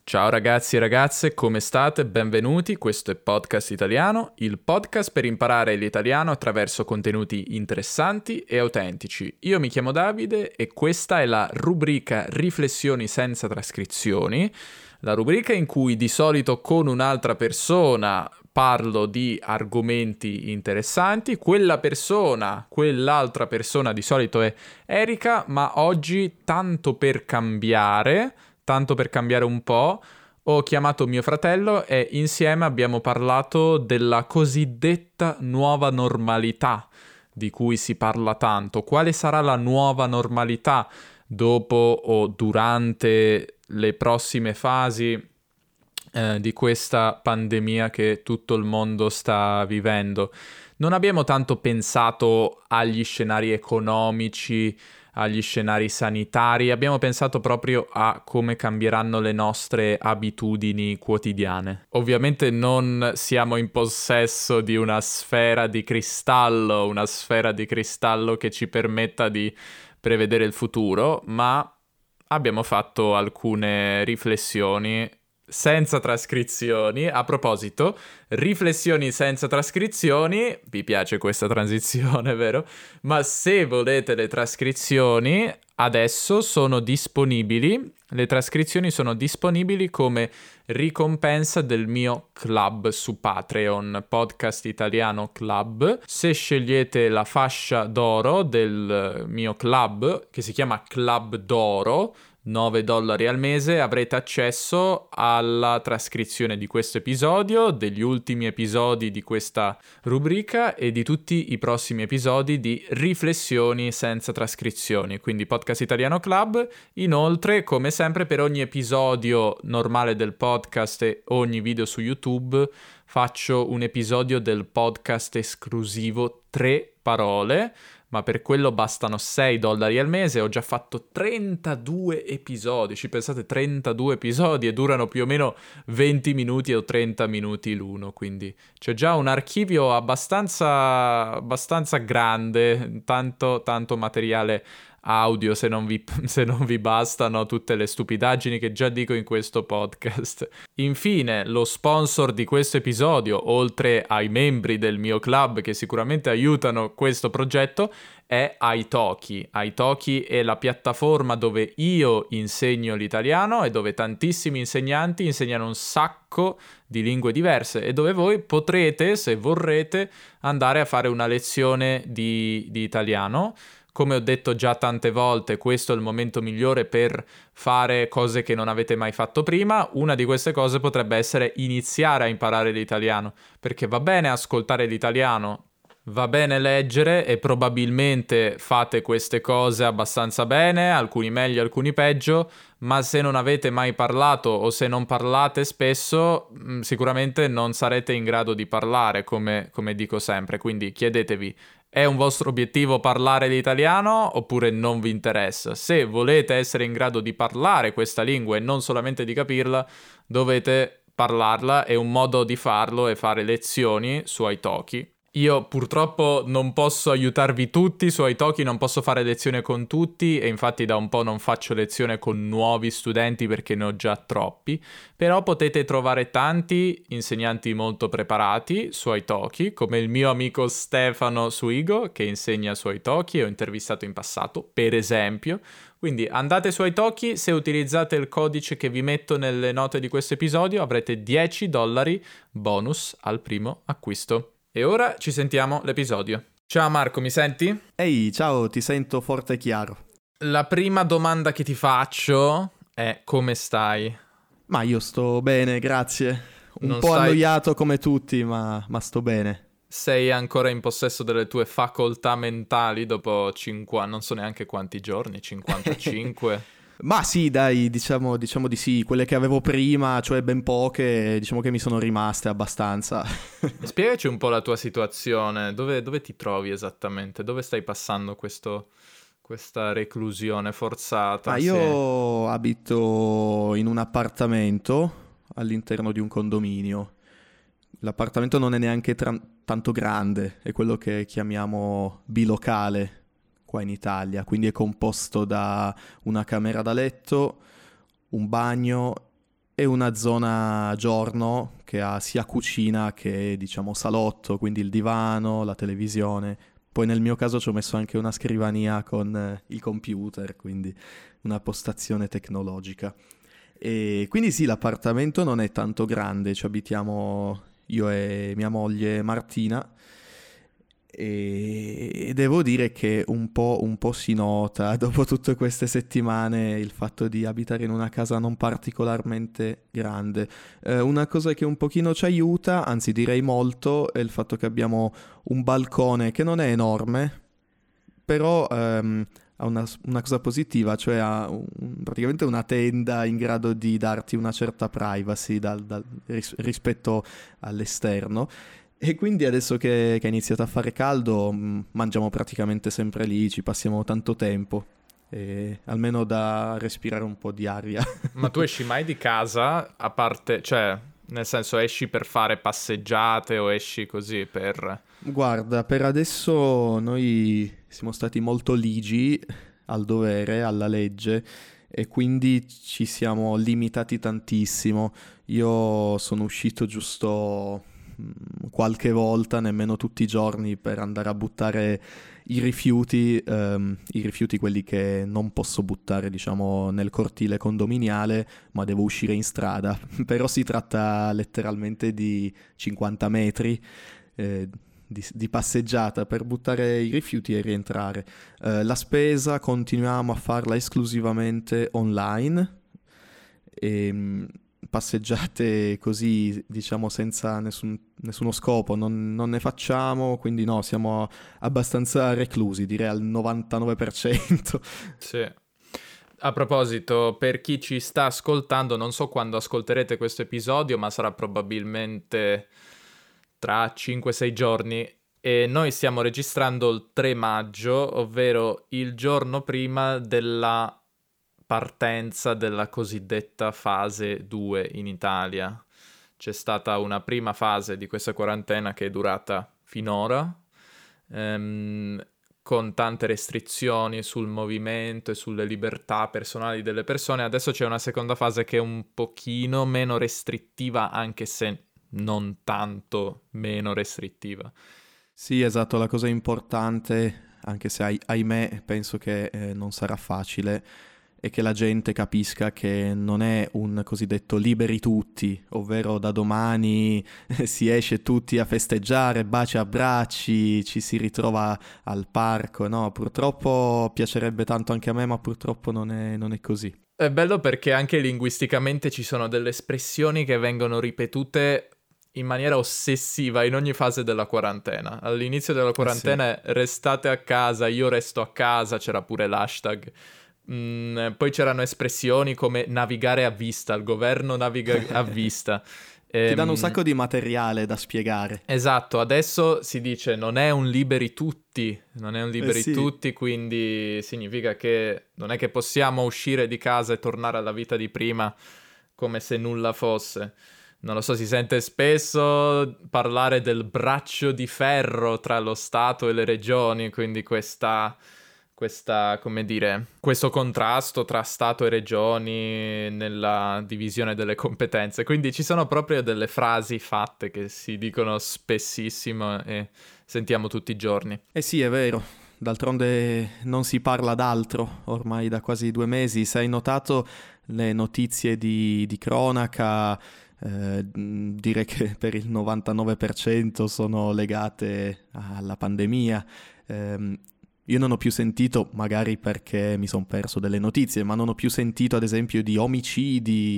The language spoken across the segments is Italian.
Ciao ragazzi e ragazze, come state? Benvenuti, questo è Podcast Italiano, il podcast per imparare l'italiano attraverso contenuti interessanti e autentici. Io mi chiamo Davide e questa è la rubrica Riflessioni senza trascrizioni, la rubrica in cui di solito con un'altra persona parlo di argomenti interessanti. Quell'altra persona di solito è Erika, ma oggi tanto per cambiare un po', ho chiamato mio fratello e insieme abbiamo parlato della cosiddetta nuova normalità di cui si parla tanto. Quale sarà la nuova normalità dopo o durante le prossime fasi di questa pandemia che tutto il mondo sta vivendo? Non abbiamo tanto pensato agli scenari economici, agli scenari sanitari, abbiamo pensato proprio a come cambieranno le nostre abitudini quotidiane. Ovviamente non siamo in possesso di una sfera di cristallo che ci permetta di prevedere il futuro, ma abbiamo fatto alcune riflessioni senza trascrizioni. A proposito, riflessioni senza trascrizioni, vi piace questa transizione, vero? Ma se volete le trascrizioni, adesso sono disponibili. Le trascrizioni sono disponibili come ricompensa del mio club su Patreon, Podcast Italiano Club. Se scegliete la fascia d'oro del mio club, che si chiama Club d'Oro, $9 al mese, avrete accesso alla trascrizione di questo episodio, degli ultimi episodi di questa rubrica e di tutti i prossimi episodi di Riflessioni senza trascrizioni, quindi Podcast Italiano Club. Inoltre, come sempre, per ogni episodio normale del podcast e ogni video su YouTube faccio un episodio del podcast esclusivo 3 parole, ma per quello bastano $6 al mese. Ho già fatto 32 episodi, ci pensate, 32 episodi, e durano più o meno 20 minuti o 30 minuti l'uno, quindi c'è già un archivio abbastanza grande, tanto materiale audio se non vi bastano tutte le stupidaggini che già dico in questo podcast. Infine, lo sponsor di questo episodio, oltre ai membri del mio club che sicuramente aiutano questo progetto, è Italki. Italki è la piattaforma dove io insegno l'italiano e dove tantissimi insegnanti insegnano un sacco di lingue diverse e dove voi potrete, se vorrete, andare a fare una lezione di italiano. Come ho detto già tante volte, questo è il momento migliore per fare cose che non avete mai fatto prima. Una di queste cose potrebbe essere iniziare a imparare l'italiano, perché va bene ascoltare l'italiano, va bene leggere e probabilmente fate queste cose abbastanza bene, alcuni meglio, alcuni peggio, ma se non avete mai parlato o se non parlate spesso, sicuramente non sarete in grado di parlare, come dico sempre. Quindi chiedetevi: è un vostro obiettivo parlare l'italiano oppure non vi interessa? Se volete essere in grado di parlare questa lingua e non solamente di capirla, dovete parlarla, e un modo di farlo è fare lezioni su Italki. Io purtroppo non posso aiutarvi tutti su Italki, non posso fare lezione con tutti e infatti da un po' non faccio lezione con nuovi studenti perché ne ho già troppi, però potete trovare tanti insegnanti molto preparati su Italki, come il mio amico Stefano Suigo che insegna su Italki e ho intervistato in passato, per esempio. Quindi andate su Italki, se utilizzate il codice che vi metto nelle note di questo episodio avrete $10 bonus al primo acquisto. E ora ci sentiamo l'episodio. Ciao Marco, mi senti? Ehi, ciao, ti sento forte e chiaro. La prima domanda che ti faccio è: come stai? Ma io sto bene, grazie. Un po' stai... annoiato come tutti, ma sto bene. Sei ancora in possesso delle tue facoltà mentali dopo 50, non so neanche quanti giorni, 55? Ma sì, dai, diciamo di sì. Quelle che avevo prima, cioè ben poche, diciamo che mi sono rimaste abbastanza. Spiegaci un po' la tua situazione, dove ti trovi esattamente? Dove stai passando questa reclusione forzata? Io abito in un appartamento all'interno di un condominio. L'appartamento non è neanche tanto grande, è quello che chiamiamo bilocale qua in Italia, quindi è composto da una camera da letto, un bagno e una zona giorno che ha sia cucina che, diciamo, salotto, quindi il divano, la televisione. Poi nel mio caso ci ho messo anche una scrivania con il computer, quindi una postazione tecnologica. E quindi sì, l'appartamento non è tanto grande, ci abitiamo io e mia moglie Martina e devo dire che un po' si nota dopo tutte queste settimane il fatto di abitare in una casa non particolarmente grande. Una cosa che un pochino ci aiuta, anzi direi molto, è il fatto che abbiamo un balcone che non è enorme, però ha una cosa positiva, cioè ha praticamente una tenda in grado di darti una certa privacy rispetto all'esterno. E quindi adesso che è iniziato a fare caldo, mangiamo praticamente sempre lì, ci passiamo tanto tempo, almeno da respirare un po' di aria. Ma tu esci mai di casa, a parte, cioè, nel senso esci per fare passeggiate o esci così per... Guarda, per adesso noi siamo stati molto ligi al dovere, alla legge, e quindi ci siamo limitati tantissimo. Io sono uscito giusto qualche volta, nemmeno tutti i giorni, per andare a buttare i rifiuti quelli che non posso buttare, diciamo, nel cortile condominiale, ma devo uscire in strada. Però si tratta letteralmente di 50 metri di passeggiata per buttare i rifiuti e rientrare. La spesa continuiamo a farla esclusivamente online, e passeggiate così, diciamo, senza nessuno scopo, non ne facciamo, quindi no, siamo abbastanza reclusi, direi al 99%. Sì. A proposito, per chi ci sta ascoltando, non so quando ascolterete questo episodio, ma sarà probabilmente tra 5-6 giorni, e noi stiamo registrando il 3 maggio, ovvero il giorno prima della partenza della cosiddetta fase 2 in Italia. C'è stata una prima fase di questa quarantena che è durata finora, con tante restrizioni sul movimento e sulle libertà personali delle persone. Adesso c'è una seconda fase che è un pochino meno restrittiva, anche se non tanto meno restrittiva. Sì, esatto, la cosa importante, anche se ahimè penso che non sarà facile, è che la gente capisca che non è un cosiddetto liberi tutti, ovvero da domani si esce tutti a festeggiare, baci e abbracci, ci si ritrova al parco, no? Purtroppo piacerebbe tanto anche a me, ma purtroppo non è così. È bello perché anche linguisticamente ci sono delle espressioni che vengono ripetute in maniera ossessiva in ogni fase della quarantena. All'inizio della quarantena Sì. Restate a casa, io resto a casa, c'era pure l'hashtag. Poi c'erano espressioni come navigare a vista, il governo naviga a vista. Ti danno un sacco di materiale da spiegare. Esatto, adesso si dice non è un liberi tutti, Sì. tutti, quindi significa che non è che possiamo uscire di casa e tornare alla vita di prima come se nulla fosse. Non lo so, si sente spesso parlare del braccio di ferro tra lo Stato e le regioni, quindi come dire, questo contrasto tra Stato e regioni nella divisione delle competenze. Quindi ci sono proprio delle frasi fatte che si dicono spessissimo e sentiamo tutti i giorni. Eh sì, è vero. D'altronde non si parla d'altro ormai da quasi 2 mesi. Se hai notato le notizie di cronaca, direi che per il 99% sono legate alla pandemia. Io non ho più sentito, magari perché mi sono perso delle notizie, ma non ho più sentito ad esempio di omicidi,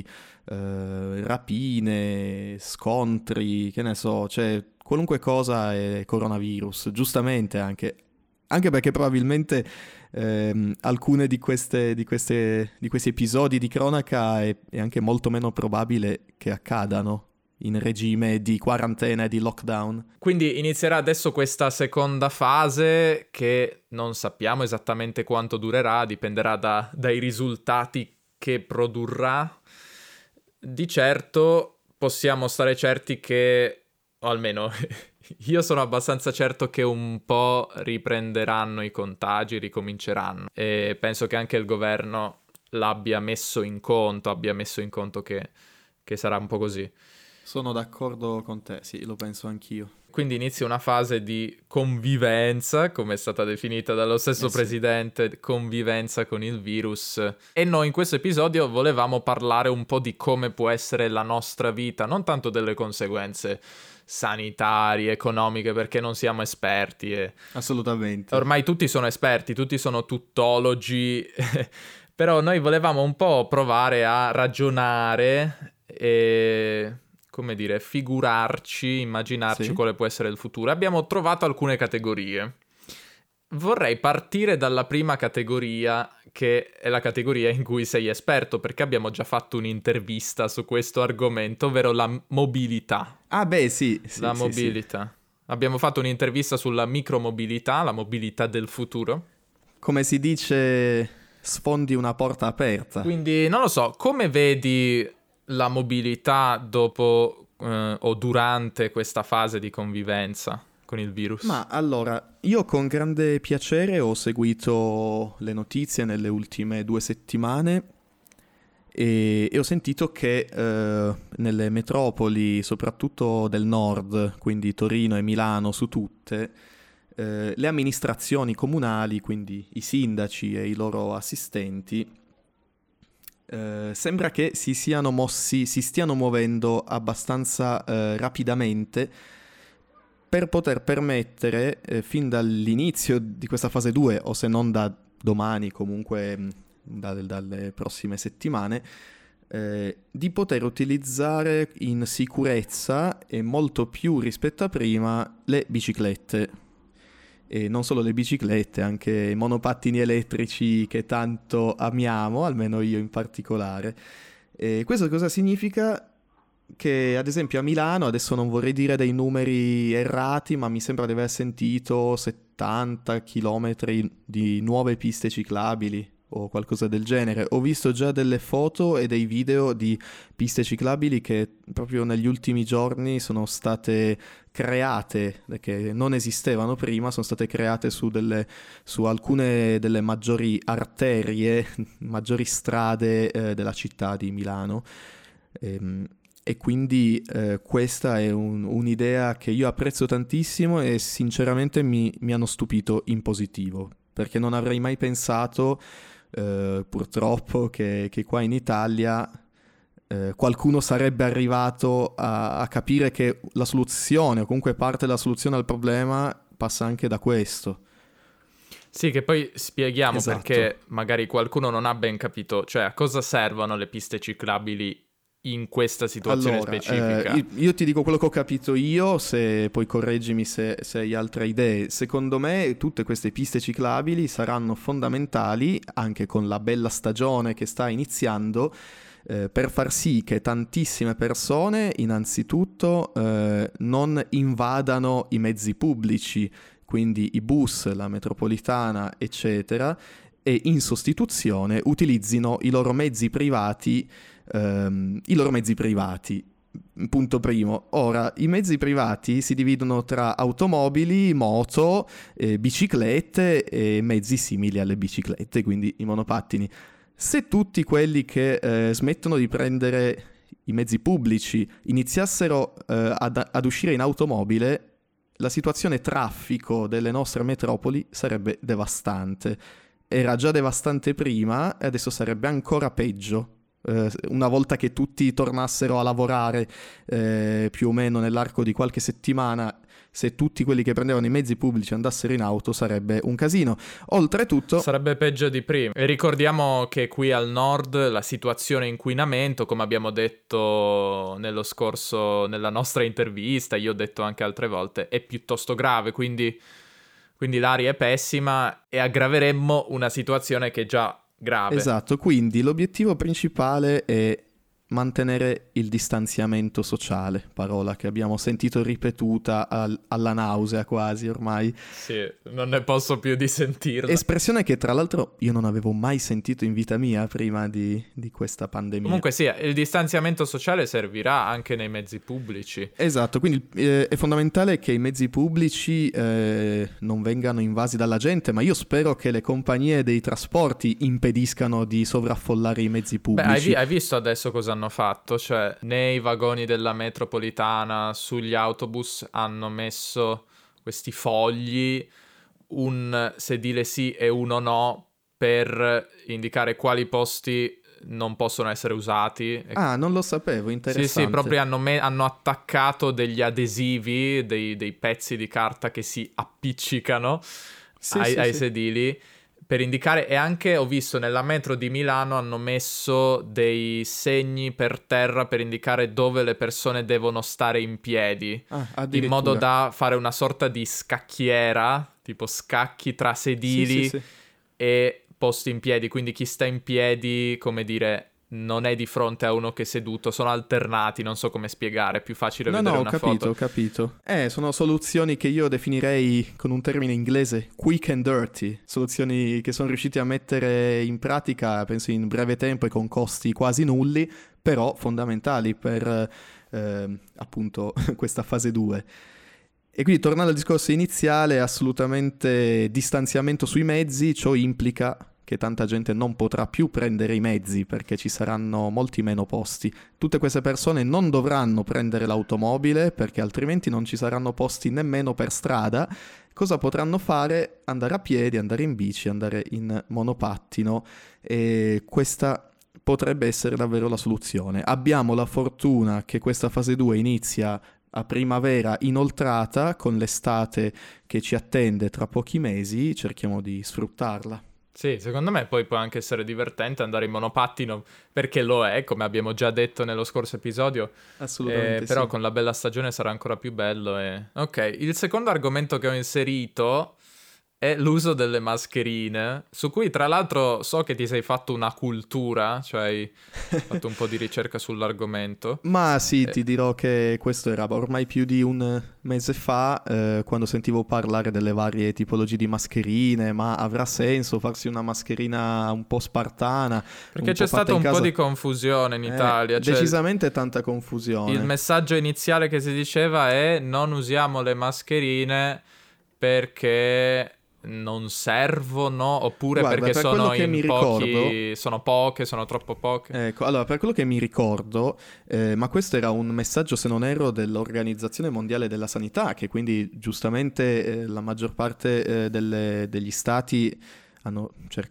rapine, scontri, che ne so, cioè qualunque cosa è coronavirus, giustamente anche perché probabilmente alcune di questi episodi di cronaca è anche molto meno probabile che accadano in regime di quarantena e di lockdown. Quindi inizierà adesso questa seconda fase che non sappiamo esattamente quanto durerà, dipenderà dai risultati che produrrà. Di certo possiamo stare certi che, o almeno io sono abbastanza certo che un po' riprenderanno i contagi, ricominceranno, e penso che anche il governo abbia messo in conto che che sarà un po' così. Sono d'accordo con te, sì, lo penso anch'io. Quindi inizia una fase di convivenza, come è stata definita dallo stesso presidente, convivenza con il virus. E noi in questo episodio volevamo parlare un po' di come può essere la nostra vita, non tanto delle conseguenze sanitarie, economiche, perché non siamo esperti. Assolutamente. Ormai tutti sono esperti, tutti sono tuttologi, però noi volevamo un po' provare a ragionare e, come dire, figurarci, immaginarci quale può essere il futuro. Abbiamo trovato alcune categorie. Vorrei partire dalla prima categoria, che è la categoria in cui sei esperto, perché abbiamo già fatto un'intervista su questo argomento, ovvero la mobilità. Ah beh, sì. La mobilità. Sì. Abbiamo fatto un'intervista sulla micromobilità, la mobilità del futuro. Come si dice, sfondi una porta aperta. Quindi, non lo so, come vedi la mobilità dopo o durante questa fase di convivenza con il virus? Ma allora, io con grande piacere ho seguito le notizie nelle ultime 2 settimane e ho sentito che nelle metropoli, soprattutto del nord, quindi Torino e Milano su tutte, le amministrazioni comunali, quindi i sindaci e i loro assistenti, sembra che si stiano muovendo abbastanza rapidamente per poter permettere, fin dall'inizio di questa fase 2, o se non da domani, comunque dalle prossime settimane, di poter utilizzare in sicurezza e molto più rispetto a prima le biciclette. E non solo le biciclette, anche i monopattini elettrici che tanto amiamo, almeno io in particolare. E questo cosa significa? Che ad esempio a Milano, adesso non vorrei dire dei numeri errati, ma mi sembra di aver sentito 70 chilometri di nuove piste ciclabili o qualcosa del genere. Ho visto già delle foto e dei video di piste ciclabili che proprio negli ultimi giorni sono state create, che non esistevano prima, sono state create su alcune delle maggiori arterie, maggiori strade della città di Milano. E quindi questa è un'idea che io apprezzo tantissimo e sinceramente mi hanno stupito in positivo, perché non avrei mai pensato purtroppo che qua in Italia qualcuno sarebbe arrivato a capire che la soluzione, o comunque parte della soluzione al problema, passa anche da questo. Sì, che poi spieghiamo perché magari qualcuno non ha ben capito, cioè a cosa servono le piste ciclabili in questa situazione specifica. Io ti dico quello che ho capito io, se poi correggimi se hai altre idee. Secondo me tutte queste piste ciclabili saranno fondamentali, anche con la bella stagione che sta iniziando, per far sì che tantissime persone innanzitutto non invadano i mezzi pubblici, quindi i bus, la metropolitana, eccetera, e in sostituzione utilizzino i loro mezzi privati. Punto primo. Ora, i mezzi privati si dividono tra automobili, moto, biciclette e mezzi simili alle biciclette, quindi i monopattini. Se tutti quelli che smettono di prendere i mezzi pubblici iniziassero ad uscire in automobile, la situazione traffico delle nostre metropoli sarebbe devastante. Era già devastante prima e adesso sarebbe ancora peggio. Una volta che tutti tornassero a lavorare più o meno nell'arco di qualche settimana, se tutti quelli che prendevano i mezzi pubblici andassero in auto sarebbe un casino. Oltretutto sarebbe peggio di prima. E ricordiamo che qui al nord la situazione inquinamento, come abbiamo detto nella nostra intervista, io ho detto anche altre volte, è piuttosto grave, quindi l'aria è pessima e aggraveremmo una situazione che è già grave. Esatto, quindi l'obiettivo principale è mantenere il distanziamento sociale, parola che abbiamo sentito ripetuta alla nausea quasi ormai. Sì, non ne posso più di sentirla. Espressione che tra l'altro io non avevo mai sentito in vita mia prima di questa pandemia. Comunque sì, il distanziamento sociale servirà anche nei mezzi pubblici. Esatto, quindi è fondamentale che i mezzi pubblici non vengano invasi dalla gente, ma io spero che le compagnie dei trasporti impediscano di sovraffollare i mezzi pubblici. Beh, hai visto adesso cosa hanno fatto, cioè nei vagoni della metropolitana, sugli autobus hanno messo questi fogli, un sedile sì e uno no, per indicare quali posti non possono essere usati. Ah, non lo sapevo, interessante. Sì, proprio hanno attaccato degli adesivi, dei pezzi di carta che si appiccicano ai sedili per indicare, e anche ho visto nella metro di Milano hanno messo dei segni per terra per indicare dove le persone devono stare in piedi, in modo da fare una sorta di scacchiera, tipo scacchi tra sedili e posti in piedi, quindi chi sta in piedi, come dire, non è di fronte a uno che è seduto, sono alternati, non so come spiegare, è più facile vedere una foto. Ho capito. Sono soluzioni che io definirei con un termine inglese quick and dirty, soluzioni che sono riusciti a mettere in pratica, penso in breve tempo e con costi quasi nulli, però fondamentali per appunto questa fase 2. E quindi tornando al discorso iniziale, assolutamente distanziamento sui mezzi, ciò implica che tanta gente non potrà più prendere i mezzi perché ci saranno molti meno posti. Tutte queste persone non dovranno prendere l'automobile perché altrimenti non ci saranno posti nemmeno per strada. Cosa potranno fare? Andare a piedi, andare in bici, andare in monopattino, e questa potrebbe essere davvero la soluzione. Abbiamo la fortuna che questa fase 2 inizia a primavera inoltrata, con l'estate che ci attende tra pochi mesi, cerchiamo di sfruttarla. Sì, secondo me poi può anche essere divertente andare in monopattino, perché lo è, come abbiamo già detto nello scorso episodio. Assolutamente però sì. con la bella stagione sarà ancora più bello. Ok, il secondo argomento che ho inserito è l'uso delle mascherine, su cui tra l'altro so che ti sei fatto una cultura, cioè hai fatto un po' di ricerca sull'argomento. Ma sì, ti dirò che questo era ormai più di un mese fa, quando sentivo parlare delle varie tipologie di mascherine, ma avrà senso farsi una mascherina un po' spartana? Perché c'è stata un po' di confusione in Italia. Cioè, decisamente tanta confusione. Il messaggio iniziale che si diceva è: non usiamo le mascherine perché non servono, oppure perché sono in pochi, sono poche, sono troppo poche. Ecco, allora, per quello che mi ricordo, ma questo era un messaggio, se non erro, dell'Organizzazione Mondiale della Sanità, che quindi giustamente la maggior parte degli stati hanno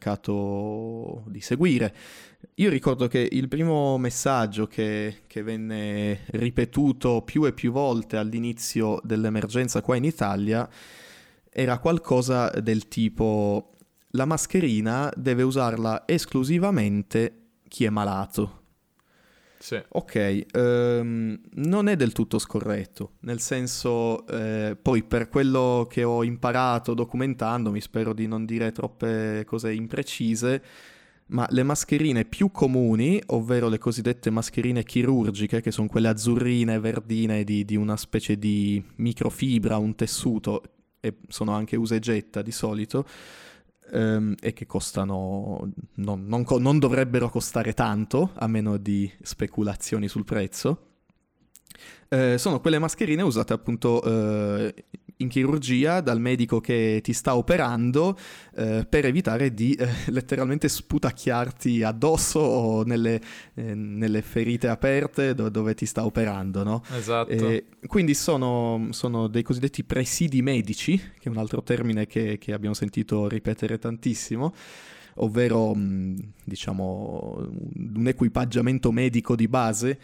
cercato di seguire. Io ricordo che il primo messaggio che venne ripetuto più e più volte all'inizio dell'emergenza qua in Italia era qualcosa del tipo: la mascherina deve usarla esclusivamente chi è malato. Sì. Ok, non è del tutto scorretto, nel senso, poi per quello che ho imparato documentandomi, spero di non dire troppe cose imprecise, ma le mascherine più comuni, ovvero le cosiddette mascherine chirurgiche, che sono quelle azzurrine, verdine di una specie di microfibra, un tessuto, e sono anche usa e getta di solito, e che costano, non dovrebbero costare tanto, a meno di speculazioni sul prezzo. Sono quelle mascherine usate appunto in chirurgia dal medico che ti sta operando, per evitare di letteralmente sputacchiarti addosso o nelle ferite aperte dove ti sta operando, no? Esatto. Quindi sono dei cosiddetti presidi medici, che è un altro termine che abbiamo sentito ripetere tantissimo, ovvero diciamo un equipaggiamento medico di base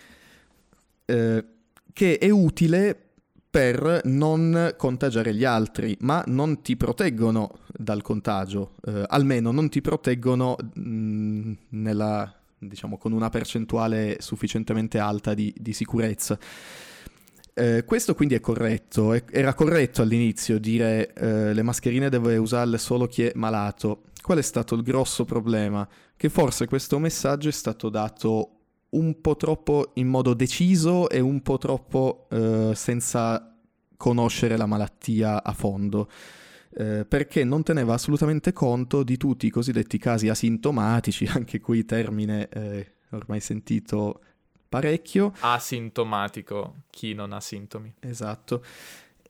che è utile per non contagiare gli altri, ma non ti proteggono dal contagio, almeno non ti proteggono diciamo, con una percentuale sufficientemente alta di sicurezza. Questo quindi è corretto, era corretto all'inizio dire le mascherine deve usarle solo chi è malato. Qual è stato il grosso problema? Che forse questo messaggio è stato dato un po' troppo in modo deciso e un po' troppo senza conoscere la malattia a fondo, perché non teneva assolutamente conto di tutti i cosiddetti casi asintomatici, anche qui termine ormai sentito parecchio. Asintomatico, chi non ha sintomi. Esatto.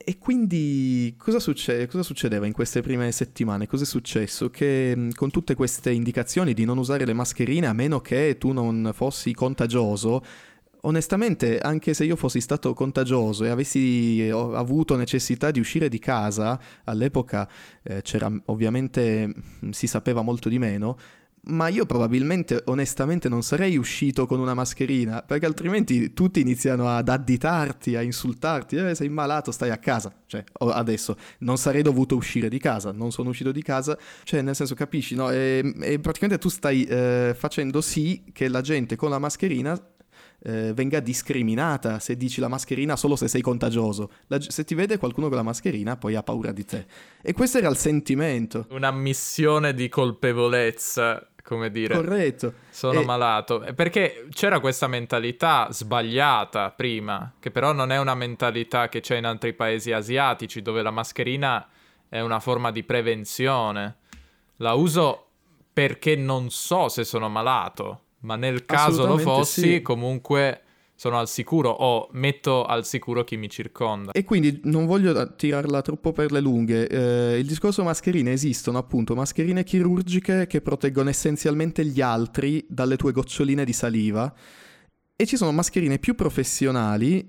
E quindi cosa succedeva in queste prime settimane? Cosa è successo? Che con tutte queste indicazioni di non usare le mascherine a meno che tu non fossi contagioso, onestamente, anche se io fossi stato contagioso e avessi avuto necessità di uscire di casa, all'epoca c'era ovviamente si sapeva molto di meno, ma io probabilmente, onestamente, non sarei uscito con una mascherina, perché altrimenti tutti iniziano ad additarti, a insultarti, sei malato, stai a casa. Cioè, adesso non sarei dovuto uscire di casa, non sono uscito di casa, cioè, nel senso, capisci, no? E praticamente tu stai facendo sì che la gente con la mascherina venga discriminata se dici la mascherina solo se sei contagioso. Se ti vede qualcuno con la mascherina, poi ha paura di te. E questo era il sentimento. Un'ammissione di colpevolezza, come dire. Corretto. Sono malato. Perché c'era questa mentalità sbagliata prima, che però non è una mentalità che c'è in altri paesi asiatici, dove la mascherina è una forma di prevenzione. La uso perché non so se sono malato, ma nel caso lo fossi, sì. Comunque sono al sicuro o metto al sicuro chi mi circonda. E quindi non voglio tirarla troppo per le lunghe. Il discorso mascherine, esistono appunto mascherine chirurgiche che proteggono essenzialmente gli altri dalle tue goccioline di saliva, e ci sono mascherine più professionali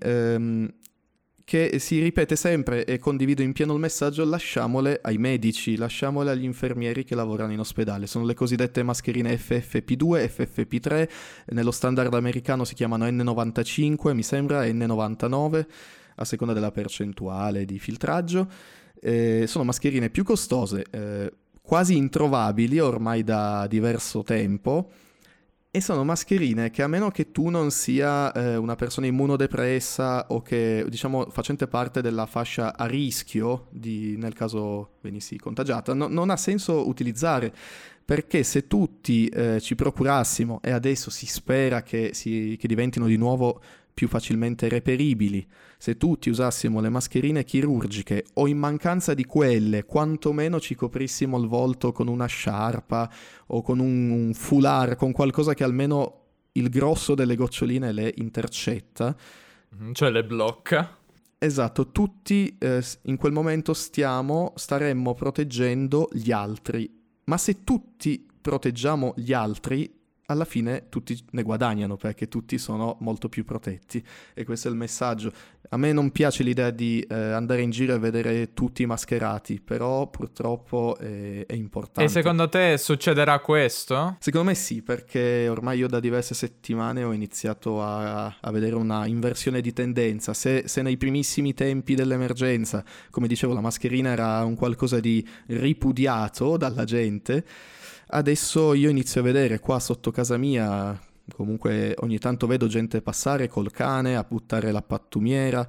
che si ripete sempre, e condivido in pieno il messaggio: lasciamole ai medici, lasciamole agli infermieri che lavorano in ospedale. Sono le cosiddette mascherine FFP2, FFP3, nello standard americano si chiamano N95, mi sembra N99, a seconda della percentuale di filtraggio. Sono mascherine più costose, quasi introvabili ormai da diverso tempo, e sono mascherine che, a meno che tu non sia una persona immunodepressa o che, diciamo, facente parte della fascia a rischio nel caso venissi contagiata, non ha senso utilizzare, perché se tutti ci procurassimo, e adesso si spera che diventino di nuovo più facilmente reperibili, se tutti usassimo le mascherine chirurgiche, o in mancanza di quelle quantomeno ci coprissimo il volto con una sciarpa o con un foulard, con qualcosa che almeno il grosso delle goccioline le intercetta, cioè le blocca. esatto, tutti in quel momento staremmo proteggendo gli altri. Ma se tutti proteggiamo gli altri, alla fine tutti ne guadagnano, perché tutti sono molto più protetti. E questo è il messaggio. A me non piace l'idea di andare in giro e vedere tutti mascherati, però purtroppo è importante. E secondo te succederà questo? Secondo me sì, perché ormai io da diverse settimane ho iniziato a vedere una inversione di tendenza. Se nei primissimi tempi dell'emergenza, come dicevo, la mascherina era un qualcosa di ripudiato dalla gente, adesso io inizio a vedere qua sotto casa mia, comunque ogni tanto vedo gente passare col cane a buttare la pattumiera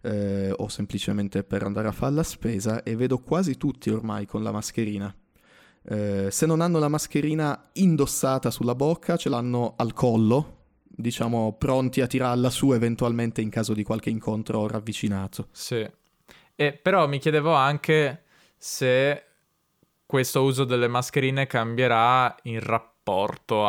o semplicemente per andare a fare la spesa, e vedo quasi tutti ormai con la mascherina. Se non hanno la mascherina indossata sulla bocca, ce l'hanno al collo, diciamo pronti a tirarla su eventualmente in caso di qualche incontro ravvicinato. Sì. Però mi chiedevo anche se questo uso delle mascherine cambierà in rapporto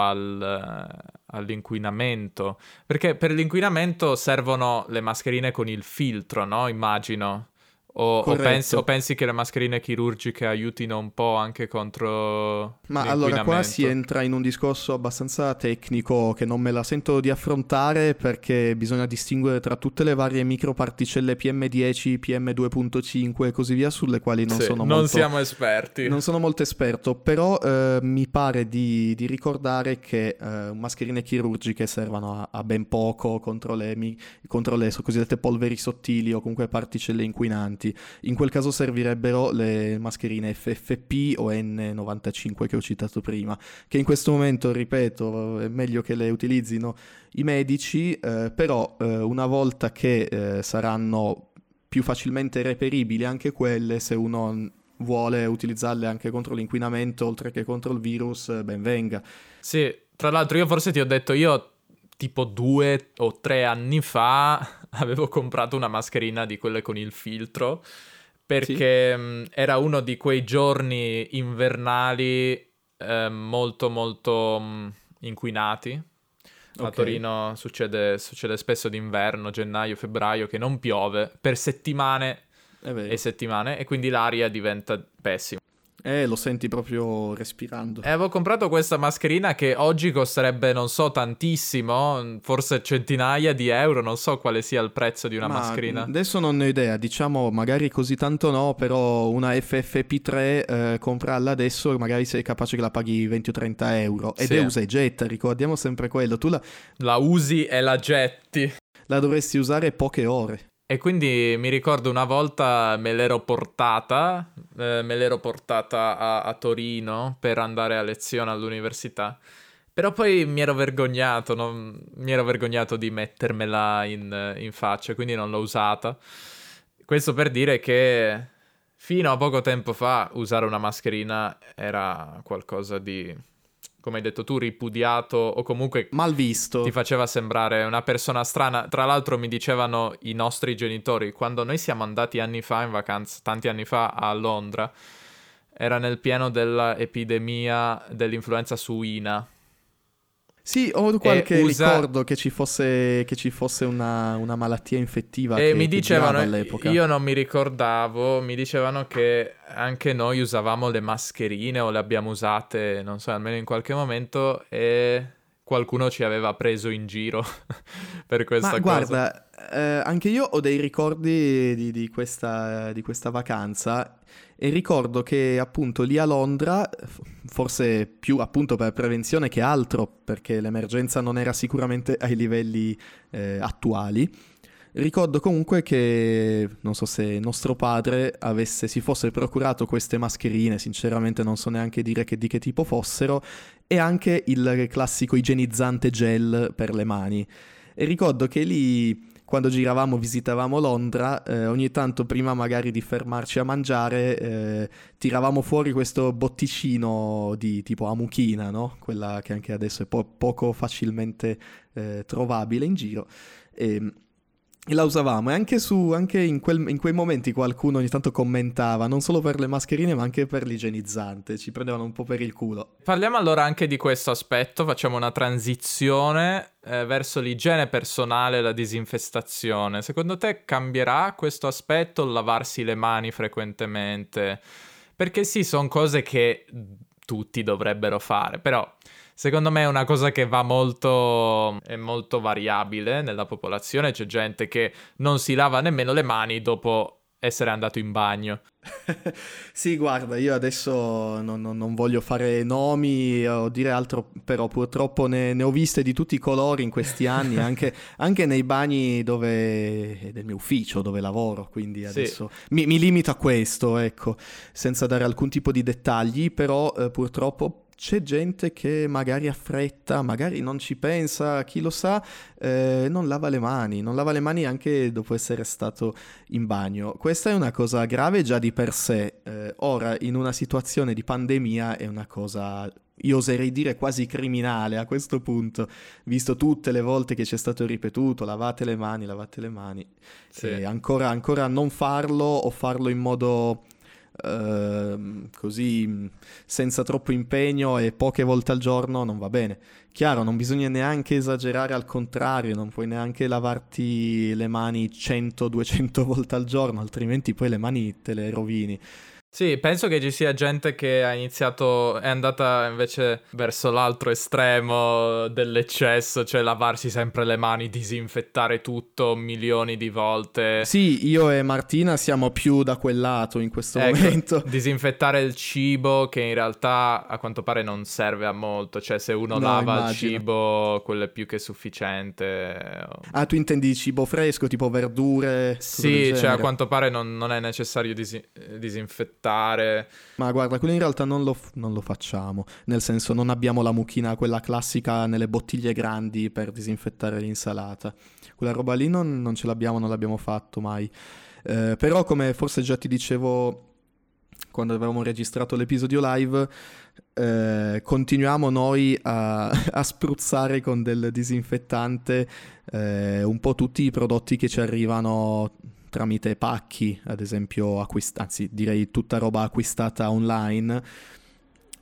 all'inquinamento. Perché per l'inquinamento servono le mascherine con il filtro, no? Immagino. O pensi che le mascherine chirurgiche aiutino un po' anche contro Ma l'inquinamento? allora qua si entra in un discorso abbastanza tecnico che non me la sento di affrontare, perché bisogna distinguere tra tutte le varie microparticelle PM10, PM2.5 e così via, sulle quali non siamo esperti. Non sono molto esperto, però mi pare di ricordare che mascherine chirurgiche servano a ben poco contro le cosiddette polveri sottili o comunque particelle inquinanti. In quel caso servirebbero le mascherine FFP o N95 che ho citato prima, che in questo momento, ripeto, è meglio che le utilizzino i medici, però una volta che saranno più facilmente reperibili anche quelle, se uno vuole utilizzarle anche contro l'inquinamento oltre che contro il virus, ben venga. Sì, tra l'altro io forse ti ho detto, io tipo 2 o 3 anni fa avevo comprato una mascherina di quelle con il filtro, perché era uno di quei giorni invernali molto molto inquinati. A Torino succede spesso d'inverno, gennaio, febbraio, che non piove per settimane. È vero. e settimane, e quindi l'aria diventa pessima. Lo senti proprio respirando. E avevo comprato questa mascherina che oggi costerebbe, non so, tantissimo, forse centinaia di euro, non so quale sia il prezzo di una mascherina. Adesso non ne ho idea, diciamo magari così tanto no, però una FFP3 comprarla adesso magari sei capace che la paghi 20 o 30 euro. Ed Sì. è usa e getta, ricordiamo sempre quello. Tu La usi e la getti. la dovresti usare poche ore. E quindi mi ricordo una volta me l'ero portata a Torino per andare a lezione all'università, però poi mi ero vergognato di mettermela in faccia, quindi non l'ho usata. Questo per dire che fino a poco tempo fa usare una mascherina era qualcosa di, come hai detto tu, ripudiato, o comunque Mal visto. ti faceva sembrare una persona strana. Tra l'altro mi dicevano i nostri genitori, quando noi siamo andati anni fa in vacanza, tanti anni fa a Londra, era nel pieno dell'epidemia dell'influenza suina. Sì, ho qualche ricordo che ci fosse una malattia infettiva e che mi dicevano, all'epoca. io non mi ricordavo, mi dicevano che anche noi usavamo le mascherine o le abbiamo usate, non so, almeno in qualche momento, e qualcuno ci aveva preso in giro per questa cosa. Guarda, anche io ho dei ricordi di questa vacanza e ricordo che appunto lì a Londra, forse più appunto per prevenzione che altro, perché l'emergenza non era sicuramente ai livelli attuali, ricordo comunque che, non so se nostro padre si fosse procurato queste mascherine, sinceramente non so neanche dire di che tipo fossero, e anche il classico igienizzante gel per le mani. E ricordo che lì, quando visitavamo Londra, ogni tanto prima magari di fermarci a mangiare, tiravamo fuori questo botticino di tipo a mucchina, no? Quella che anche adesso è poco facilmente trovabile in giro. E la usavamo, e anche in quei momenti qualcuno ogni tanto commentava, non solo per le mascherine ma anche per l'igienizzante, ci prendevano un po' per il culo. Parliamo allora anche di questo aspetto, facciamo una transizione verso l'igiene personale e la disinfestazione. Secondo te cambierà questo aspetto, il lavarsi le mani frequentemente? Perché sì, sono cose che tutti dovrebbero fare, però secondo me è una cosa che è molto variabile nella popolazione. C'è gente che non si lava nemmeno le mani dopo essere andato in bagno. Sì, guarda, io adesso non voglio fare nomi o dire altro, però purtroppo ne ho viste di tutti i colori in questi anni, anche nei bagni del mio ufficio, dove lavoro, quindi adesso mi limito a questo, ecco, senza dare alcun tipo di dettagli, però purtroppo c'è gente che magari ha fretta, magari non ci pensa, chi lo sa, non lava le mani anche dopo essere stato in bagno. Questa è una cosa grave già di per sé. Ora, in una situazione di pandemia, è una cosa, io oserei dire quasi criminale a questo punto, visto tutte le volte che ci è stato ripetuto, lavate le mani. Sì. E ancora non farlo, o farlo in modo così senza troppo impegno e poche volte al giorno non va bene. Chiaro, non bisogna neanche esagerare al contrario, non puoi neanche lavarti le mani 100-200 volte al giorno, altrimenti poi le mani te le rovini. Sì, penso che ci sia gente che è andata invece verso l'altro estremo dell'eccesso, cioè lavarsi sempre le mani, disinfettare tutto milioni di volte. Sì, io e Martina siamo più da quel lato in questo momento. Disinfettare il cibo, che in realtà a quanto pare non serve a molto, cioè se uno lava il cibo, quello è più che sufficiente. Ah, tu intendi cibo fresco, tipo verdure? Sì, cioè a quanto pare non è necessario disinfettare. Ma guarda, quello in realtà non lo facciamo, nel senso non abbiamo la mucchina, quella classica nelle bottiglie grandi per disinfettare l'insalata. Quella roba lì non ce l'abbiamo, non l'abbiamo fatto mai. Però come forse già ti dicevo quando avevamo registrato l'episodio live, continuiamo noi a spruzzare con del disinfettante un po' tutti i prodotti che ci arrivano tramite pacchi, ad esempio, anzi direi tutta roba acquistata online,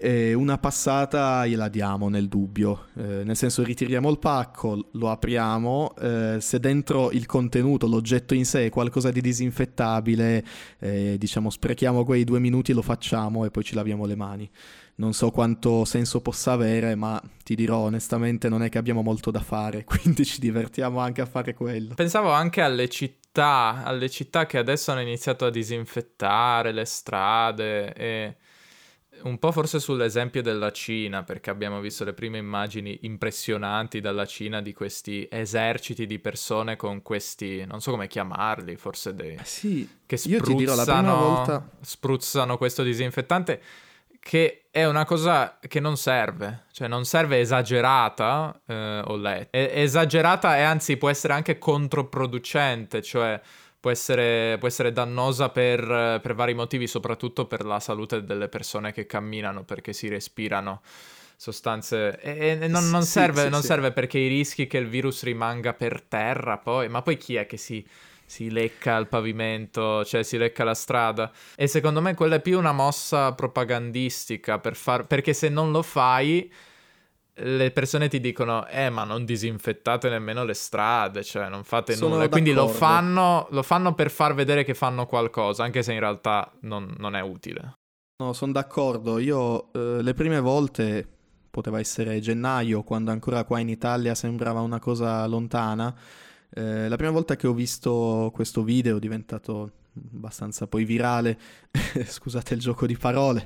e una passata gliela diamo nel dubbio, nel senso ritiriamo il pacco, lo apriamo, se dentro il contenuto, l'oggetto in sé è qualcosa di disinfettabile, diciamo sprechiamo quei 2 minuti e lo facciamo e poi ci laviamo le mani. Non so quanto senso possa avere, ma ti dirò onestamente non è che abbiamo molto da fare, quindi ci divertiamo anche a fare quello. Pensavo anche alle città che adesso hanno iniziato a disinfettare le strade e un po' forse sull'esempio della Cina, perché abbiamo visto le prime immagini impressionanti dalla Cina di questi eserciti di persone con questi, non so come chiamarli, forse dei... Sì, che io ti dirò la prima volta... spruzzano questo disinfettante, che è una cosa che non serve, cioè non serve esagerata, ho letto. È esagerata e anzi può essere anche controproducente, cioè può essere dannosa per vari motivi, soprattutto per la salute delle persone che camminano, perché si respirano sostanze e non serve perché i rischi che il virus rimanga per terra poi, ma poi chi è che si lecca il pavimento, cioè si lecca la strada? E secondo me quella è più una mossa propagandistica perché se non lo fai le persone ti dicono ma non disinfettate nemmeno le strade, cioè non fate nulla. Quindi lo fanno per far vedere che fanno qualcosa, anche se in realtà non è utile. No, sono d'accordo. Io le prime volte, poteva essere gennaio, quando ancora qua in Italia sembrava una cosa lontana, la prima volta che ho visto questo video diventato abbastanza poi virale, scusate il gioco di parole,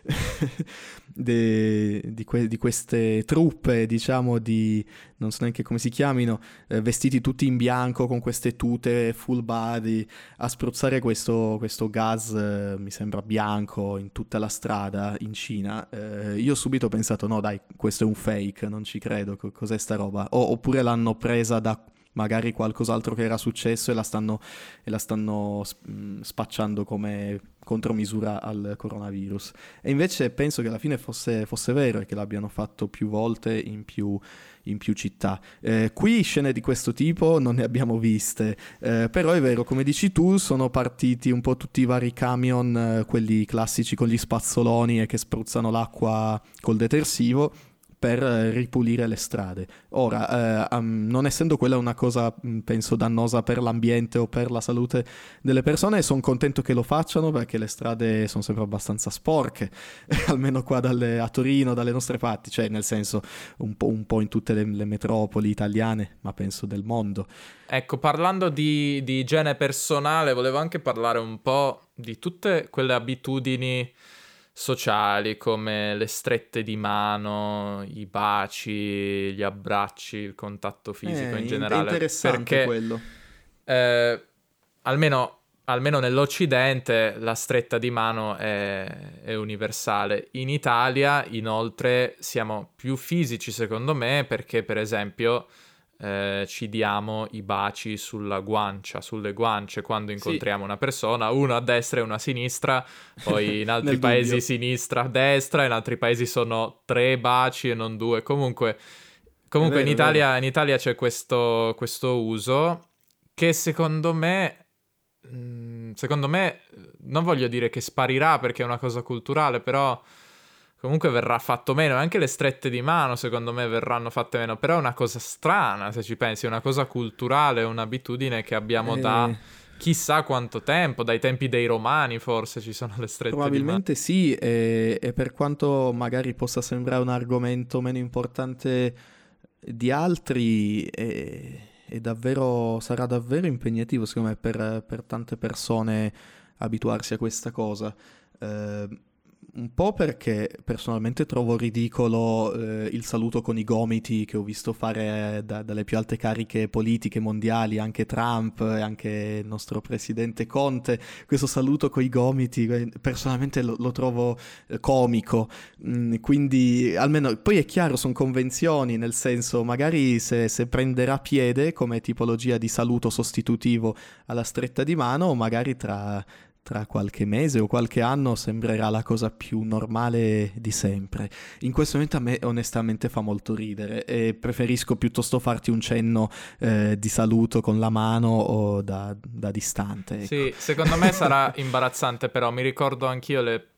di queste truppe, diciamo, non so neanche come si chiamino, vestiti tutti in bianco con queste tute full body, a spruzzare questo gas, mi sembra bianco, in tutta la strada in Cina. Io subito ho pensato, no dai, questo è un fake, non ci credo, cos'è sta roba? Oppure l'hanno presa da magari qualcos'altro che era successo e la stanno spacciando come contromisura al coronavirus. E invece penso che alla fine fosse vero e che l'abbiano fatto più volte in più città. Qui scene di questo tipo non ne abbiamo viste, però è vero, come dici tu, sono partiti un po' tutti i vari camion, quelli classici con gli spazzoloni e che spruzzano l'acqua col detersivo, per ripulire le strade. Ora, non essendo quella una cosa, penso, dannosa per l'ambiente o per la salute delle persone, sono contento che lo facciano perché le strade sono sempre abbastanza sporche, almeno qua a Torino, dalle nostre parti, cioè nel senso un po' in tutte le metropoli italiane, ma penso del mondo. Ecco, parlando di igiene personale, volevo anche parlare un po' di tutte quelle abitudini sociali come le strette di mano, i baci, gli abbracci, il contatto fisico in generale. È interessante perché, quello. Almeno nell'Occidente la stretta di mano è universale. In Italia, inoltre, siamo più fisici secondo me perché, per esempio, ci diamo i baci sulle guance quando incontriamo una persona, uno a destra e uno a sinistra, poi in altri paesi sinistra a destra, in altri paesi sono 3 baci e non 2. Comunque vero, in Italia c'è questo uso che secondo me non voglio dire che sparirà perché è una cosa culturale, però comunque verrà fatto meno. Anche le strette di mano secondo me verranno fatte meno, però è una cosa strana se ci pensi, è una cosa culturale, è un'abitudine che abbiamo da chissà quanto tempo, dai tempi dei Romani forse ci sono le strette di mano. Probabilmente sì, e per quanto magari possa sembrare un argomento meno importante di altri, sarà davvero impegnativo secondo me per tante persone abituarsi a questa cosa. Un po' perché personalmente trovo ridicolo il saluto con i gomiti che ho visto fare dalle più alte cariche politiche mondiali, anche Trump e anche il nostro presidente Conte. Questo saluto con i gomiti personalmente lo trovo comico, quindi almeno poi è chiaro, sono convenzioni, nel senso magari se prenderà piede come tipologia di saluto sostitutivo alla stretta di mano, magari tra qualche mese o qualche anno sembrerà la cosa più normale di sempre. In questo momento a me onestamente fa molto ridere e preferisco piuttosto farti un cenno di saluto con la mano o da distante. Ecco. Sì, secondo me sarà imbarazzante, però mi ricordo anch'io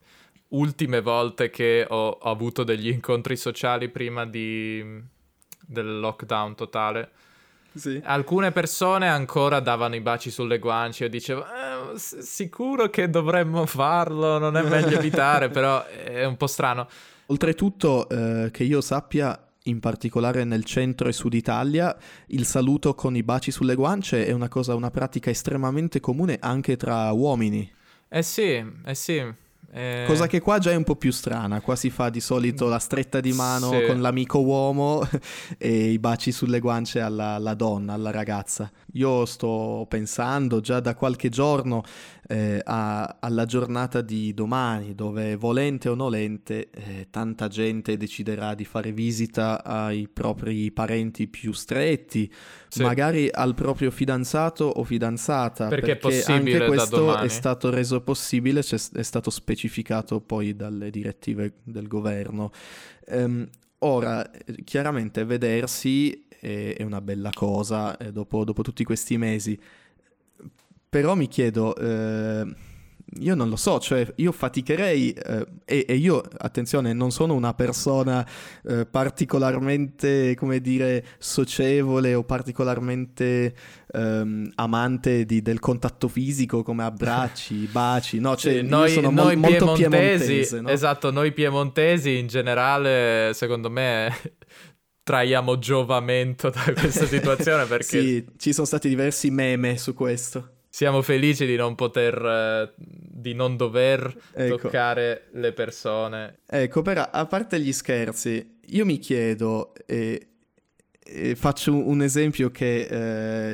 ultime volte che ho avuto degli incontri sociali prima del lockdown totale. Sì. Alcune persone ancora davano i baci sulle guance. Io dicevo, sicuro che dovremmo farlo, non è meglio evitare, però è un po' strano. Oltretutto, che io sappia, in particolare nel centro e sud Italia, il saluto con i baci sulle guance è una pratica estremamente comune anche tra uomini. Sì. Cosa che qua già è un po' più strana. Qua si fa di solito la stretta di mano Sì. con l'amico uomo e i baci sulle guance alla donna, alla ragazza. Io sto pensando già da qualche giorno alla giornata di domani, dove volente o nolente tanta gente deciderà di fare visita ai propri parenti più stretti, Sì. magari al proprio fidanzato o fidanzata, Perché è possibile anche da questo domani. è stato reso possibile, è stato specificato poi dalle direttive del governo. Ora, chiaramente vedersi è una bella cosa dopo tutti questi mesi, però mi chiedo, io non lo so, cioè io faticherei e io, attenzione, non sono una persona particolarmente, come dire, socievole o particolarmente amante del contatto fisico come abbracci, baci, no, cioè Sì, io sono molto piemontese, no? Esatto, noi piemontesi in generale, secondo me, traiamo giovamento da questa situazione perché Sì, ci sono stati diversi meme su questo. siamo felici di non di non dover Ecco. toccare le persone. Ecco, però, a parte gli scherzi, io mi chiedo, faccio un esempio che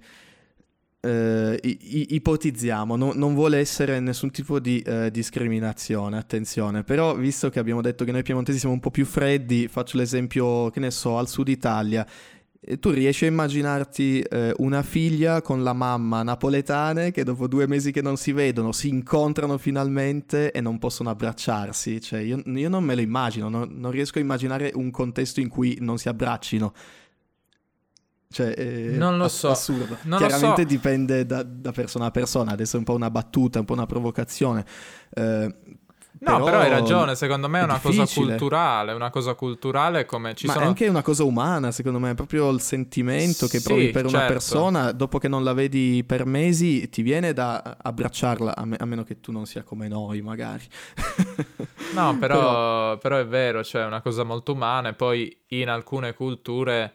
ipotizziamo, non vuole essere nessun tipo di discriminazione, attenzione, però visto che abbiamo detto che noi piemontesi siamo un po' più freddi, faccio l'esempio, che ne so, al sud Italia. Tu riesci a immaginarti una figlia con la mamma napoletane che dopo 2 mesi che non si vedono si incontrano finalmente e non possono abbracciarsi? Cioè io non me lo immagino, non riesco a immaginare un contesto in cui non si abbraccino. Cioè Non lo so. assurdo. Non lo Chiaramente so. dipende da persona a persona, adesso è un po' una battuta, un po' una provocazione. No, però hai ragione, secondo me è una cosa difficile. culturale come ci Ma sono... è anche una cosa umana, secondo me, è proprio il sentimento che Sì, provi per una certo. persona, dopo che non la vedi per mesi, ti viene da abbracciarla, a meno che tu non sia come noi, magari. No, però è vero, cioè è una cosa molto umana e poi in alcune culture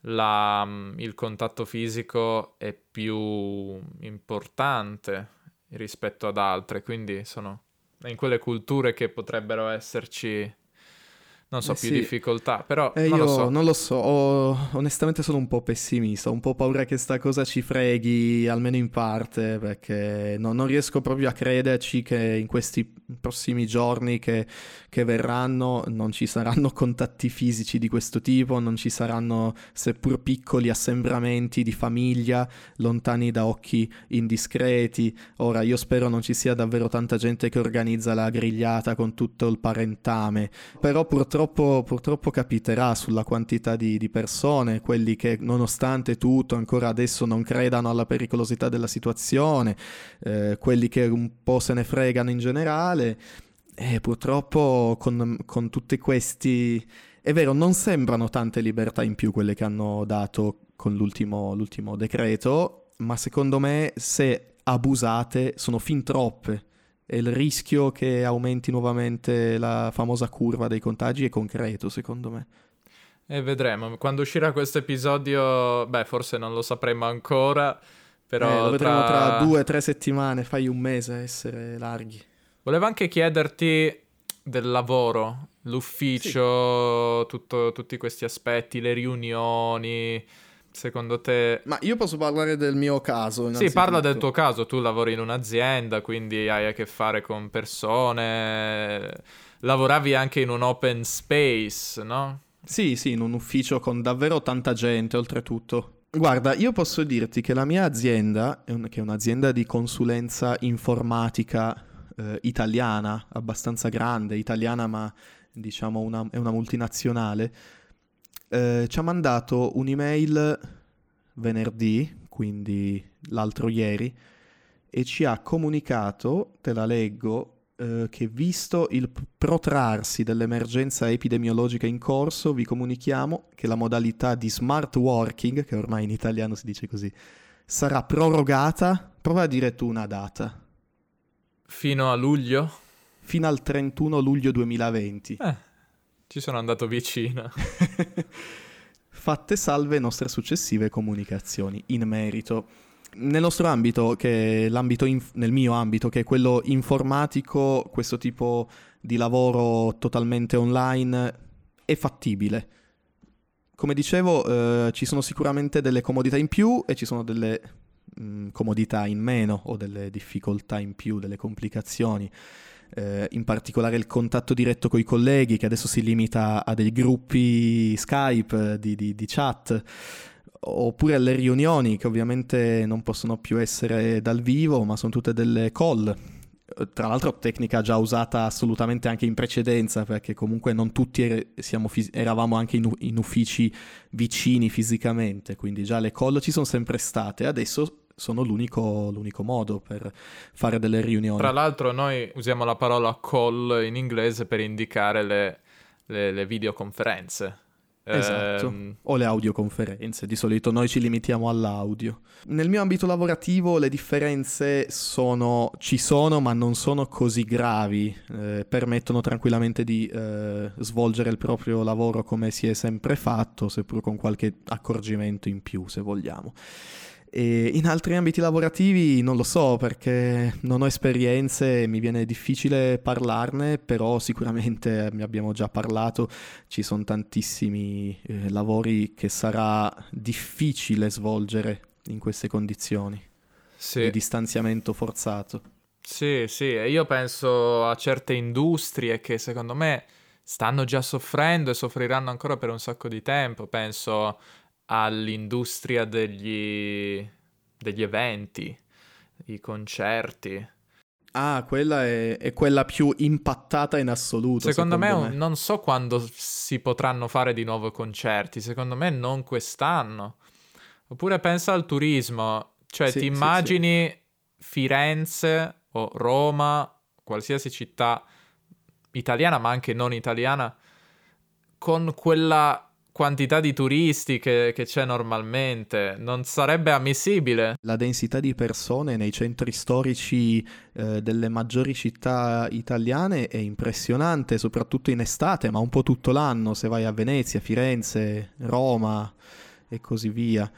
il contatto fisico è più importante rispetto ad altre, quindi sono in quelle culture che potrebbero esserci, non so, più sì. difficoltà, però non Io lo so. non lo so, onestamente sono un po' pessimista, ho un po' paura che sta cosa ci freghi, almeno in parte, perché non riesco proprio a crederci che in questi prossimi giorni che verranno non ci saranno contatti fisici di questo tipo, non ci saranno, seppur piccoli, assembramenti di famiglia lontani da occhi indiscreti. Ora, io spero non ci sia davvero tanta gente che organizza la grigliata con tutto il parentame, però purtroppo capiterà sulla quantità di persone, quelli che nonostante tutto ancora adesso non credano alla pericolosità della situazione, quelli che un po' se ne fregano in generale, e purtroppo con tutti questi, è vero, non sembrano tante libertà in più quelle che hanno dato con l'ultimo decreto, ma secondo me se abusate sono fin troppe. E il rischio che aumenti nuovamente la famosa curva dei contagi è concreto, secondo me. E vedremo. Quando uscirà questo episodio, forse non lo sapremo ancora, però Lo vedremo tra 2-3 settimane, fai un mese a essere larghi. Volevo anche chiederti del lavoro, l'ufficio, tutti questi aspetti, le riunioni, secondo te... Ma io posso parlare del mio caso, Sì, parla del innanzitutto. tuo caso, tu lavori in un'azienda, quindi hai a che fare con persone, lavoravi anche in un open space, no? Sì, in un ufficio con davvero tanta gente, oltretutto. Guarda, io posso dirti che la mia azienda, che è un'azienda di consulenza informatica italiana, abbastanza grande, italiana ma diciamo è una multinazionale, ci ha mandato un'email venerdì, quindi l'altro ieri, e ci ha comunicato, te la leggo, che visto il protrarsi dell'emergenza epidemiologica in corso, vi comunichiamo che la modalità di smart working, che ormai in italiano si dice così, sarà prorogata. Prova a dire tu una data. Fino a luglio? Fino al 31 luglio 2020. Ci sono andato vicino. Fatte salve nostre successive comunicazioni in merito. Nel nostro ambito, che è nel mio ambito, che è quello informatico, questo tipo di lavoro totalmente online è fattibile. Come dicevo, ci sono sicuramente delle comodità in più e ci sono delle comodità in meno o delle difficoltà in più, delle complicazioni. In particolare il contatto diretto con i colleghi, che adesso si limita a dei gruppi Skype di chat, oppure alle riunioni, che ovviamente non possono più essere dal vivo, ma sono tutte delle call. Tra l'altro tecnica già usata assolutamente anche in precedenza, perché comunque non tutti eravamo anche in uffici vicini fisicamente, quindi già le call ci sono sempre state. Adesso sono l'unico modo per fare delle riunioni. Tra l'altro noi usiamo la parola call in inglese per indicare le videoconferenze. Esatto, o le audioconferenze, di solito noi ci limitiamo all'audio. Nel mio ambito lavorativo le differenze ci sono, ma non sono così gravi, permettono tranquillamente di svolgere il proprio lavoro come si è sempre fatto, seppur con qualche accorgimento in più, se vogliamo. E in altri ambiti lavorativi non lo so, perché non ho esperienze, mi viene difficile parlarne, però sicuramente ne abbiamo già parlato, ci sono tantissimi lavori che sarà difficile svolgere in queste condizioni di distanziamento forzato. Sì, e io penso a certe industrie che secondo me stanno già soffrendo e soffriranno ancora per un sacco di tempo. Penso all'industria degli eventi, i concerti. Quella è quella più impattata in assoluto. Secondo me non so quando si potranno fare di nuovo concerti, secondo me non quest'anno. Oppure pensa al turismo, cioè ti immagini Firenze o Roma, qualsiasi città italiana ma anche non italiana, con quella quantità di turisti che c'è normalmente, non sarebbe ammissibile. La densità di persone nei centri storici delle maggiori città italiane è impressionante, soprattutto in estate, ma un po' tutto l'anno, se vai a Venezia, Firenze, Roma e così via.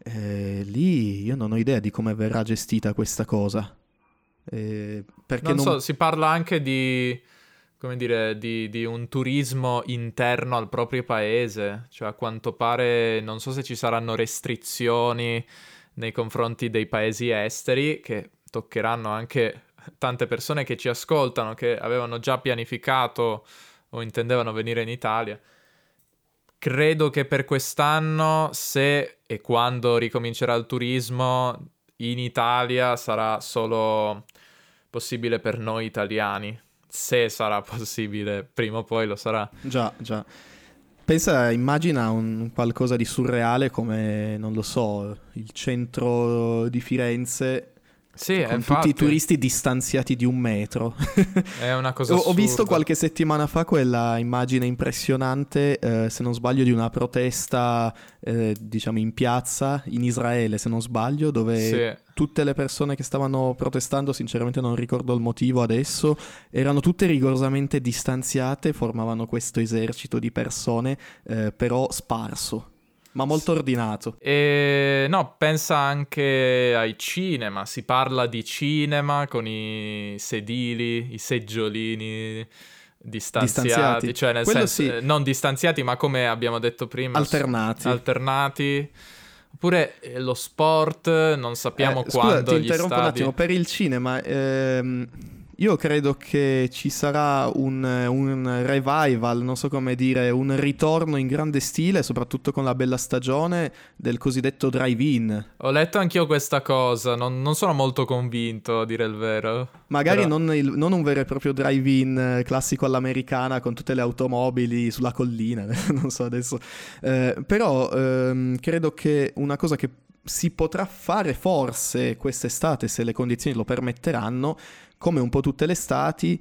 Lì io non ho idea di come verrà gestita questa cosa. Perché non so, si parla anche di un turismo interno al proprio paese, cioè a quanto pare non so se ci saranno restrizioni nei confronti dei paesi esteri che toccheranno anche tante persone che ci ascoltano, che avevano già pianificato o intendevano venire in Italia. Credo che per quest'anno, se e quando ricomincerà il turismo in Italia, sarà solo possibile per noi italiani. Se sarà possibile, prima o poi lo sarà. Già. Immagina un qualcosa di surreale come, non lo so, il centro di Firenze. Sì, con infatti, tutti i turisti distanziati di 1 metro. È una cosa assurda. Ho visto qualche settimana fa quella immagine impressionante, se non sbaglio, di una protesta, diciamo in piazza in Israele, se non sbaglio, dove tutte le persone che stavano protestando, sinceramente non ricordo il motivo adesso, erano tutte rigorosamente distanziate, formavano questo esercito di persone, però sparso. Ma molto ordinato. No, pensa anche ai cinema. Si parla di cinema con i sedili, i seggiolini distanziati. Cioè nel senso, non distanziati, ma come abbiamo detto prima, alternati. Oppure lo sport, non sappiamo quando. Scusa, ti interrompo un attimo. Per il cinema, io credo che ci sarà un revival, non so come dire, un ritorno in grande stile, soprattutto con la bella stagione, del cosiddetto drive-in. Ho letto anch'io questa cosa, non sono molto convinto, a dire il vero. Magari non un vero e proprio drive-in classico all'americana con tutte le automobili sulla collina, non so adesso. Però credo che una cosa che si potrà fare forse quest'estate, se le condizioni lo permetteranno, come un po' tutte le estati,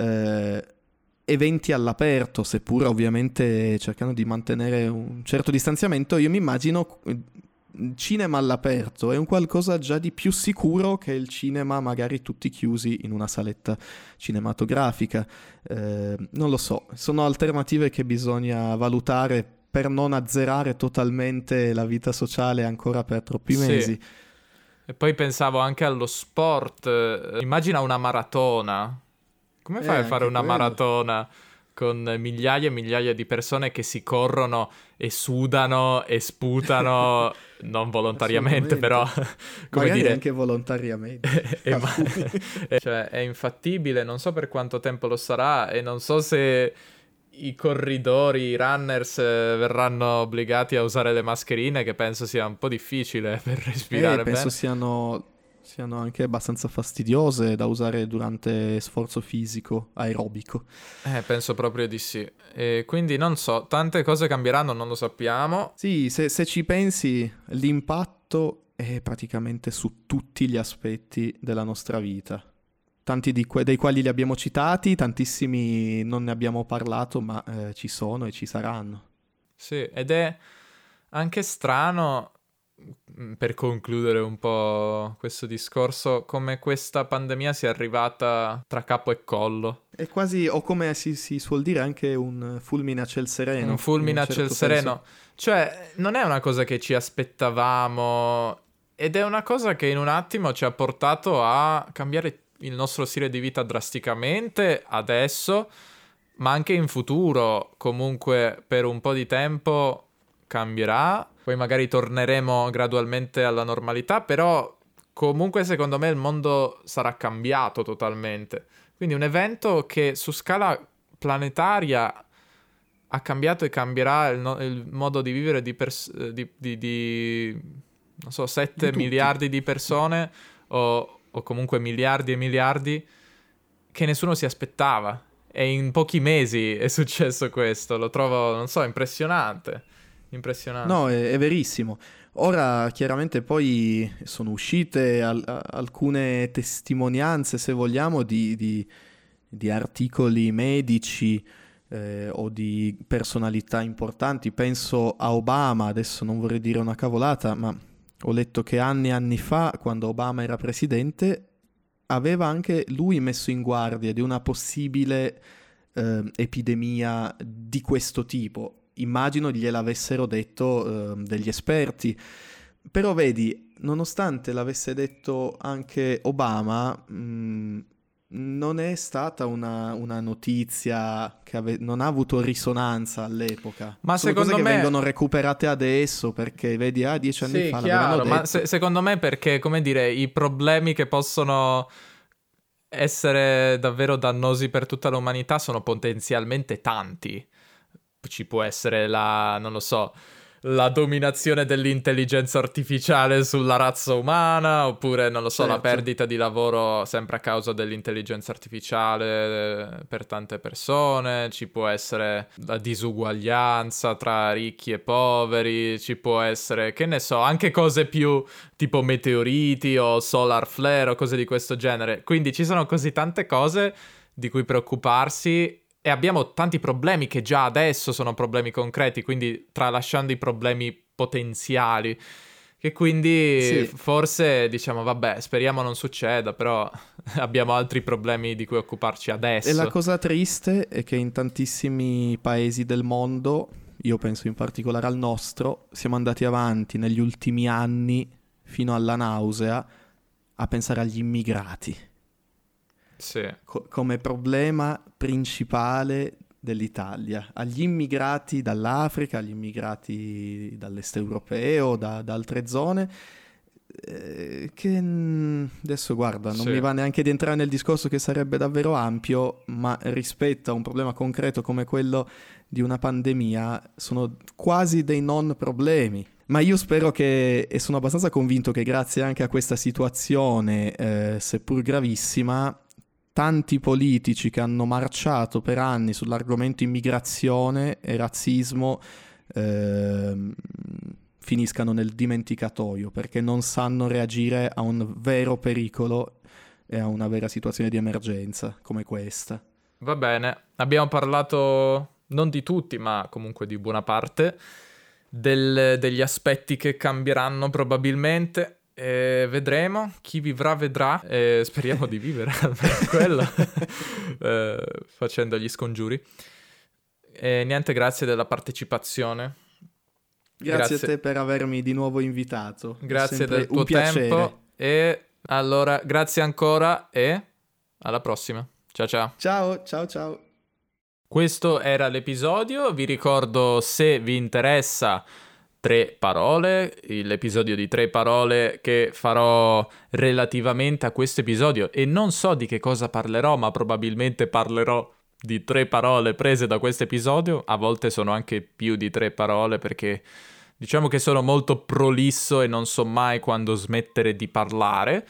eventi all'aperto, seppur ovviamente cercando di mantenere un certo distanziamento. Io mi immagino cinema all'aperto, è un qualcosa già di più sicuro che il cinema magari tutti chiusi in una saletta cinematografica. Non lo so, sono alternative che bisogna valutare per non azzerare totalmente la vita sociale ancora per troppi mesi. E poi pensavo anche allo sport. Immagina una maratona. Come fai a fare una maratona con migliaia e migliaia di persone che si corrono e sudano e sputano, non volontariamente, però come magari dire, anche volontariamente. Cioè, è infattibile, non so per quanto tempo lo sarà e non so se i corridori, i runners verranno obbligati a usare le mascherine, che penso sia un po' difficile per respirare bene. Penso siano anche abbastanza fastidiose da usare durante sforzo fisico, aerobico. Penso proprio di sì. E quindi non so, tante cose cambieranno, non lo sappiamo. Sì, se ci pensi, l'impatto è praticamente su tutti gli aspetti della nostra vita. Tanti dei quali li abbiamo citati, tantissimi non ne abbiamo parlato, ma ci sono e ci saranno. Sì, ed è anche strano, per concludere un po' questo discorso, come questa pandemia sia arrivata tra capo e collo. È quasi, o come si suol dire, anche un fulmine a ciel sereno. Un fulmine a ciel sereno. Cioè, non è una cosa che ci aspettavamo, ed è una cosa che in un attimo ci ha portato a cambiare il nostro stile di vita drasticamente adesso, ma anche in futuro. Comunque per un po' di tempo cambierà, poi magari torneremo gradualmente alla normalità, però comunque secondo me il mondo sarà cambiato totalmente. Quindi un evento che su scala planetaria ha cambiato e cambierà il modo di vivere di non so, 7 miliardi di persone o comunque miliardi e miliardi, che nessuno si aspettava. E in pochi mesi è successo questo. Lo trovo, non so, impressionante. No, è verissimo. Ora, chiaramente, poi sono uscite alcune testimonianze, se vogliamo, di articoli medici o di personalità importanti. Penso a Obama, adesso non vorrei dire una cavolata, ma ho letto che anni e anni fa, quando Obama era presidente, aveva anche lui messo in guardia di una possibile epidemia di questo tipo. Immagino gliel'avessero detto degli esperti. Però vedi, nonostante l'avesse detto anche Obama, non è stata una notizia che non ha avuto risonanza all'epoca. Ma sono secondo cose me che vengono recuperate adesso, perché vedi, 10 anni fa chiaro, l'avevano ma detto. secondo me perché, come dire, i problemi che possono essere davvero dannosi per tutta l'umanità sono potenzialmente tanti. Ci può essere non lo so, la dominazione dell'intelligenza artificiale sulla razza umana, oppure, non lo so, la perdita di lavoro sempre a causa dell'intelligenza artificiale per tante persone, ci può essere la disuguaglianza tra ricchi e poveri, ci può essere, che ne so, anche cose più tipo meteoriti o solar flare o cose di questo genere. Quindi ci sono così tante cose di cui preoccuparsi. E abbiamo tanti problemi che già adesso sono problemi concreti, quindi tralasciando i problemi potenziali, che quindi forse diciamo vabbè, speriamo non succeda, però abbiamo altri problemi di cui occuparci adesso. E la cosa triste è che in tantissimi paesi del mondo, io penso in particolare al nostro, siamo andati avanti negli ultimi anni fino alla nausea a pensare agli immigrati. Sì. Come problema principale dell'Italia, agli immigrati dall'Africa, agli immigrati dall'est europeo, da altre zone, che adesso guarda, non mi va neanche di entrare nel discorso che sarebbe davvero ampio, ma rispetto a un problema concreto come quello di una pandemia sono quasi dei non problemi. Ma io spero e sono abbastanza convinto che grazie anche a questa situazione, seppur gravissima, tanti politici che hanno marciato per anni sull'argomento immigrazione e razzismo finiscano nel dimenticatoio perché non sanno reagire a un vero pericolo e a una vera situazione di emergenza come questa. Va bene, abbiamo parlato non di tutti, ma comunque di buona parte degli aspetti che cambieranno probabilmente. Vedremo, chi vivrà vedrà, speriamo di vivere almeno quello, facendo gli scongiuri. Niente, grazie della partecipazione. Grazie a te per avermi di nuovo invitato. Grazie del tuo tempo e allora grazie ancora e alla prossima. Ciao ciao. Ciao. Questo era l'episodio, vi ricordo, se vi interessa, 3 parole, l'episodio di 3 parole che farò relativamente a questo episodio, e non so di che cosa parlerò, ma probabilmente parlerò di 3 parole prese da questo episodio. A volte sono anche più di 3 parole perché diciamo che sono molto prolisso e non so mai quando smettere di parlare.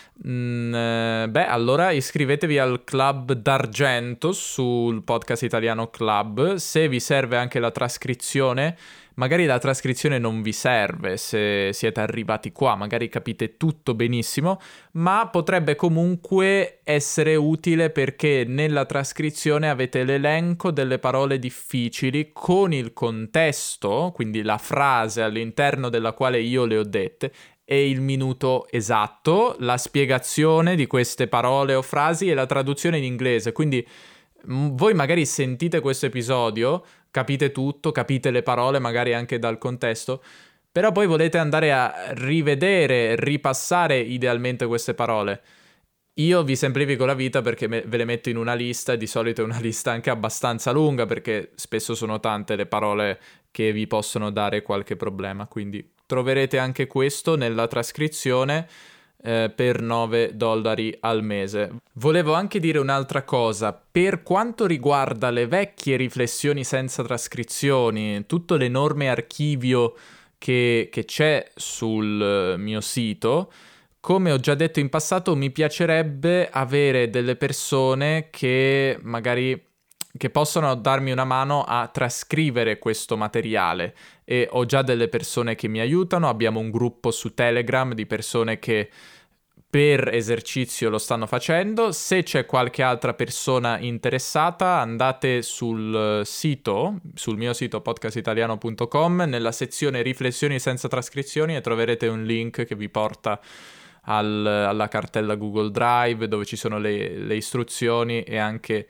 Allora iscrivetevi al Club d'Argento sul Podcast Italiano Club. Se vi serve anche la trascrizione, magari la trascrizione non vi serve se siete arrivati qua, magari capite tutto benissimo, ma potrebbe comunque essere utile perché nella trascrizione avete l'elenco delle parole difficili con il contesto, quindi la frase all'interno della quale io le ho dette, e il minuto esatto, la spiegazione di queste parole o frasi e la traduzione in inglese. Quindi voi magari sentite questo episodio, capite tutto, capite le parole magari anche dal contesto, però poi volete andare a rivedere, ripassare idealmente queste parole. Io vi semplifico la vita perché ve le metto in una lista, e di solito è una lista anche abbastanza lunga perché spesso sono tante le parole che vi possono dare qualche problema, quindi troverete anche questo nella trascrizione per $9 al mese. Volevo anche dire un'altra cosa, per quanto riguarda le vecchie riflessioni senza trascrizioni, tutto l'enorme archivio che c'è sul mio sito, come ho già detto in passato, mi piacerebbe avere delle persone che magari che possono darmi una mano a trascrivere questo materiale, e ho già delle persone che mi aiutano. Abbiamo un gruppo su Telegram di persone che per esercizio lo stanno facendo. Se c'è qualche altra persona interessata, andate sul sito, sul mio sito podcastitaliano.com, nella sezione riflessioni senza trascrizioni, e troverete un link che vi porta alla cartella Google Drive dove ci sono le istruzioni e anche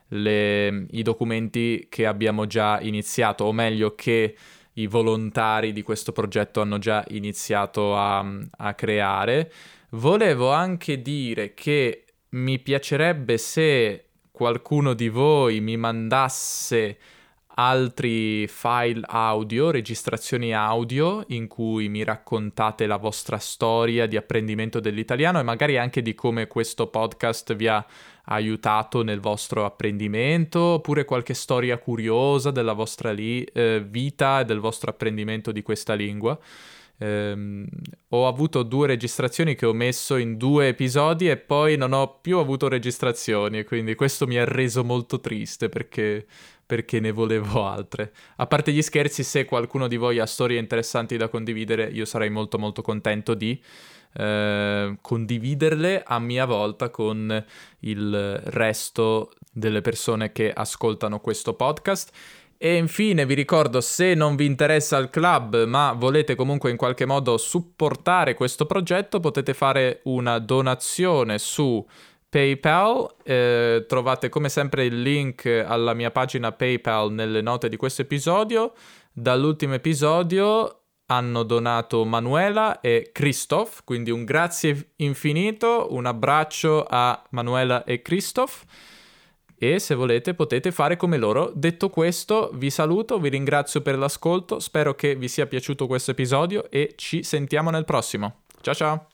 i documenti che abbiamo già iniziato, o meglio che i volontari di questo progetto hanno già iniziato a creare. Volevo anche dire che mi piacerebbe se qualcuno di voi mi mandasse altri file audio, registrazioni audio in cui mi raccontate la vostra storia di apprendimento dell'italiano e magari anche di come questo podcast vi ha aiutato nel vostro apprendimento, oppure qualche storia curiosa della vostra vita e del vostro apprendimento di questa lingua. Ho avuto 2 registrazioni che ho messo in 2 episodi e poi non ho più avuto registrazioni, e quindi questo mi ha reso molto triste perché ne volevo altre. A parte gli scherzi, se qualcuno di voi ha storie interessanti da condividere, io sarei molto molto contento di condividerle a mia volta con il resto delle persone che ascoltano questo podcast. E infine vi ricordo, se non vi interessa il club ma volete comunque in qualche modo supportare questo progetto, potete fare una donazione su PayPal. Trovate come sempre il link alla mia pagina PayPal nelle note di questo episodio. Dall'ultimo episodio hanno donato Manuela e Christoph, quindi un grazie infinito, un abbraccio a Manuela e Christoph, e se volete potete fare come loro. Detto questo, vi saluto, vi ringrazio per l'ascolto, spero che vi sia piaciuto questo episodio e ci sentiamo nel prossimo. Ciao ciao!